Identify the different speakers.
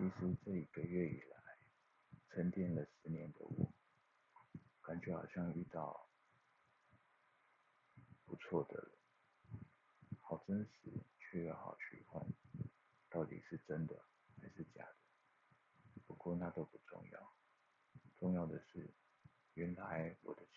Speaker 1: 其实这一个月以来，沉淀了10年的我，感觉好像遇到不错的人，好真实，却又好虚幻，到底是真的还是假的？不过那都不重要，重要的是，原来我的